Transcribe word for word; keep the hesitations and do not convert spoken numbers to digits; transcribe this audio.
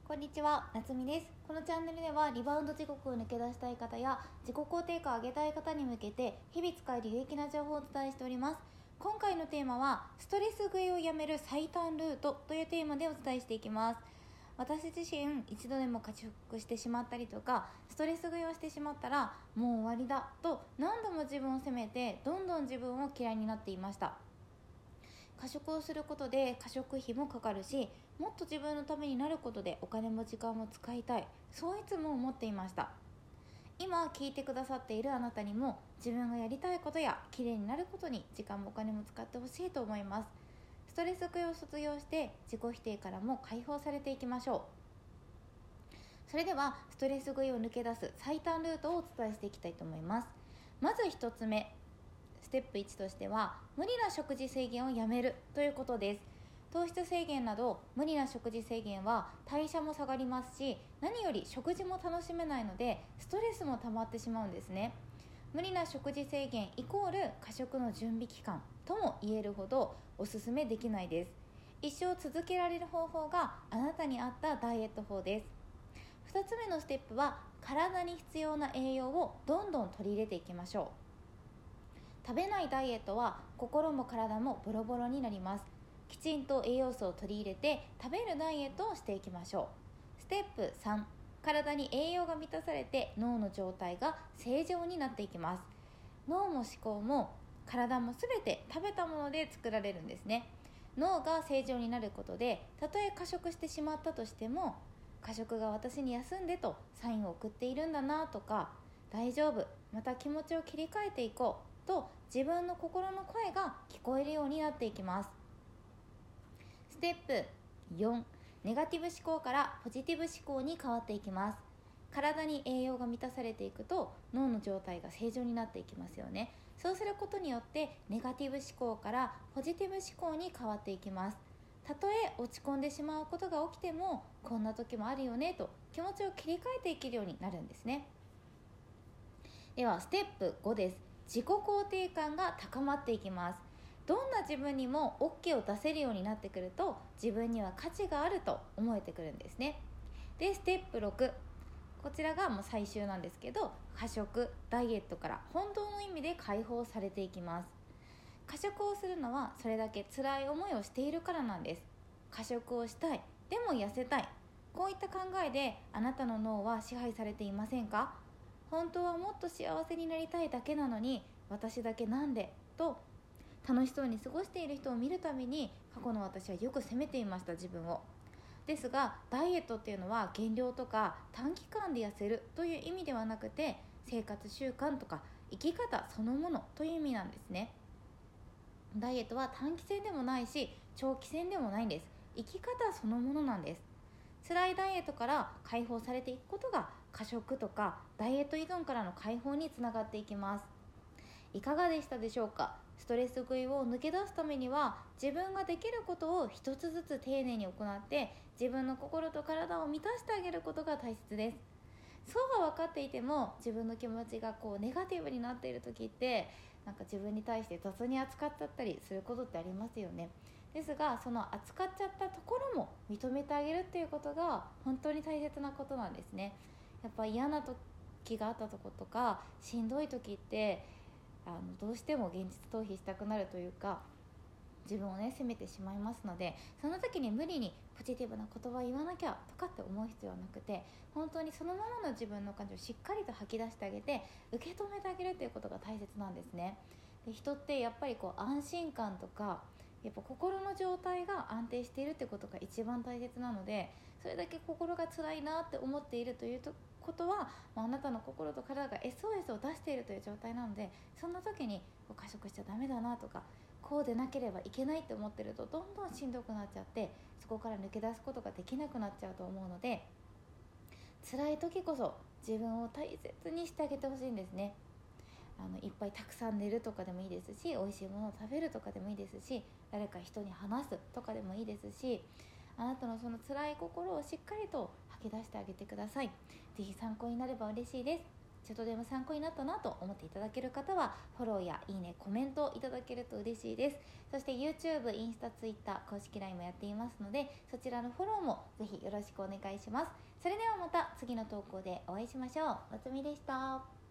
こんにちは、なつみです。このチャンネルではリバウンド地獄を抜け出したい方や自己肯定感を上げたい方に向けて日々使える有益な情報をお伝えしております。今回のテーマはストレス食いをやめる最短ルートというテーマでお伝えしていきます。私自身一度でも過食してしまったりとかストレス食いをしてしまったらもう終わりだと何度も自分を責めてどんどん自分を嫌いになっていました。過食をすることで過食費もかかるし、もっと自分のためになることでお金も時間も使いたい、そういつも思っていました。今聞いてくださっているあなたにも自分がやりたいことや綺麗になることに時間もお金も使ってほしいと思います。ストレス食いを卒業して自己否定からも解放されていきましょう。それではストレス食いを抜け出す最短ルートをお伝えしていきたいと思います。まずひとつめ、ステップいちとしては無理な食事制限をやめるということです。糖質制限など無理な食事制限は代謝も下がりますし、何より食事も楽しめないのでストレスも溜まってしまうんですね。無理な食事制限イコール過食の準備期間とも言えるほどおすすめできないです。一生続けられる方法があなたに合ったダイエット法です。ふたつめのステップは体に必要な栄養をどんどん取り入れていきましょう。食べないダイエットは心も体もボロボロになります。きちんと栄養素を取り入れて食べるダイエットをしていきましょう。ステップさん、体に栄養が満たされて脳の状態が正常になっていきます。脳も思考も体もすべて食べたもので作られるんですね。脳が正常になることで、たとえ過食してしまったとしても、過食が私に休んでとサインを送っているんだなとか、大丈夫、また気持ちを切り替えていこうと自分の心の声が聞こえるようになっていきます。ステップよん、ネガティブ思考からポジティブ思考に変わっていきます。体に栄養が満たされていくと脳の状態が正常になっていきますよね。そうすることによってネガティブ思考からポジティブ思考に変わっていきます。たとえ落ち込んでしまうことが起きても、こんな時もあるよねと気持ちを切り替えていけるようになるんですね。ではステップごです。自己肯定感が高まっていきます。どんな自分にも OK を出せるようになってくると、自分には価値があると思えてくるんですね。でステップろく、こちらがもう最終なんですけど、過食ダイエットから本当の意味で解放されていきます。過食をするのはそれだけ辛い思いをしているからなんです。過食をしたい、でも痩せたい、こういった考えであなたの脳は支配されていませんか？本当はもっと幸せになりたいだけなのに、私だけなんでと楽しそうに過ごしている人を見るたびに、過去の私はよく責めていました、自分を。ですがダイエットっていうのは減量とか短期間で痩せるという意味ではなくて、生活習慣とか生き方そのものという意味なんですね。ダイエットは短期戦でもないし長期戦でもないんです。生き方そのものなんです。辛いダイエットから解放されていくことが過食とかダイエット依存からの解放につながっていきます。いかがでしたでしょうか？ストレス食いを抜け出すためには、自分ができることを一つずつ丁寧に行って自分の心と体を満たしてあげることが大切です。そうは分かっていても自分の気持ちがこうネガティブになっている時って、なんか自分に対して雑に扱っちゃったりすることってありますよね。ですがその扱っちゃったところも認めてあげるっていうことが本当に大切なことなんですね。やっぱ嫌な時があったとことかしんどい時って、あのどうしても現実逃避したくなるというか、自分をね責めてしまいますので、その時に無理にポジティブな言葉を言わなきゃとかって思う必要はなくて、本当にそのままの自分の感情をしっかりと吐き出してあげて受け止めてあげるということが大切なんですね。で人ってやっぱりこう安心感とか、やっぱ心の状態が安定しているってことが一番大切なので、それだけ心が辛いなって思っているということは、まあ、あなたの心と体が エスオーエス を出しているという状態なので、そんな時に過食しちゃダメだなとか、こうでなければいけないって思ってるとどんどんしんどくなっちゃって、そこから抜け出すことができなくなっちゃうと思うので、辛い時こそ自分を大切にしてあげてほしいんですね。あのいっぱいたくさん寝るとかでもいいですし、美味しいものを食べるとかでもいいですし、誰か人に話すとかでもいいですし、あなたのその辛い心をしっかりと吐き出してあげてください。ぜひ参考になれば嬉しいです。 ちょっとでも参考になったなと思っていただける方はフォローやいいね、コメントいただけると嬉しいです。そして YouTube、インスタ、Twitter、公式 ライン もやっていますので、そちらのフォローもぜひよろしくお願いします。それではまた次の投稿でお会いしましょう。わつみでした。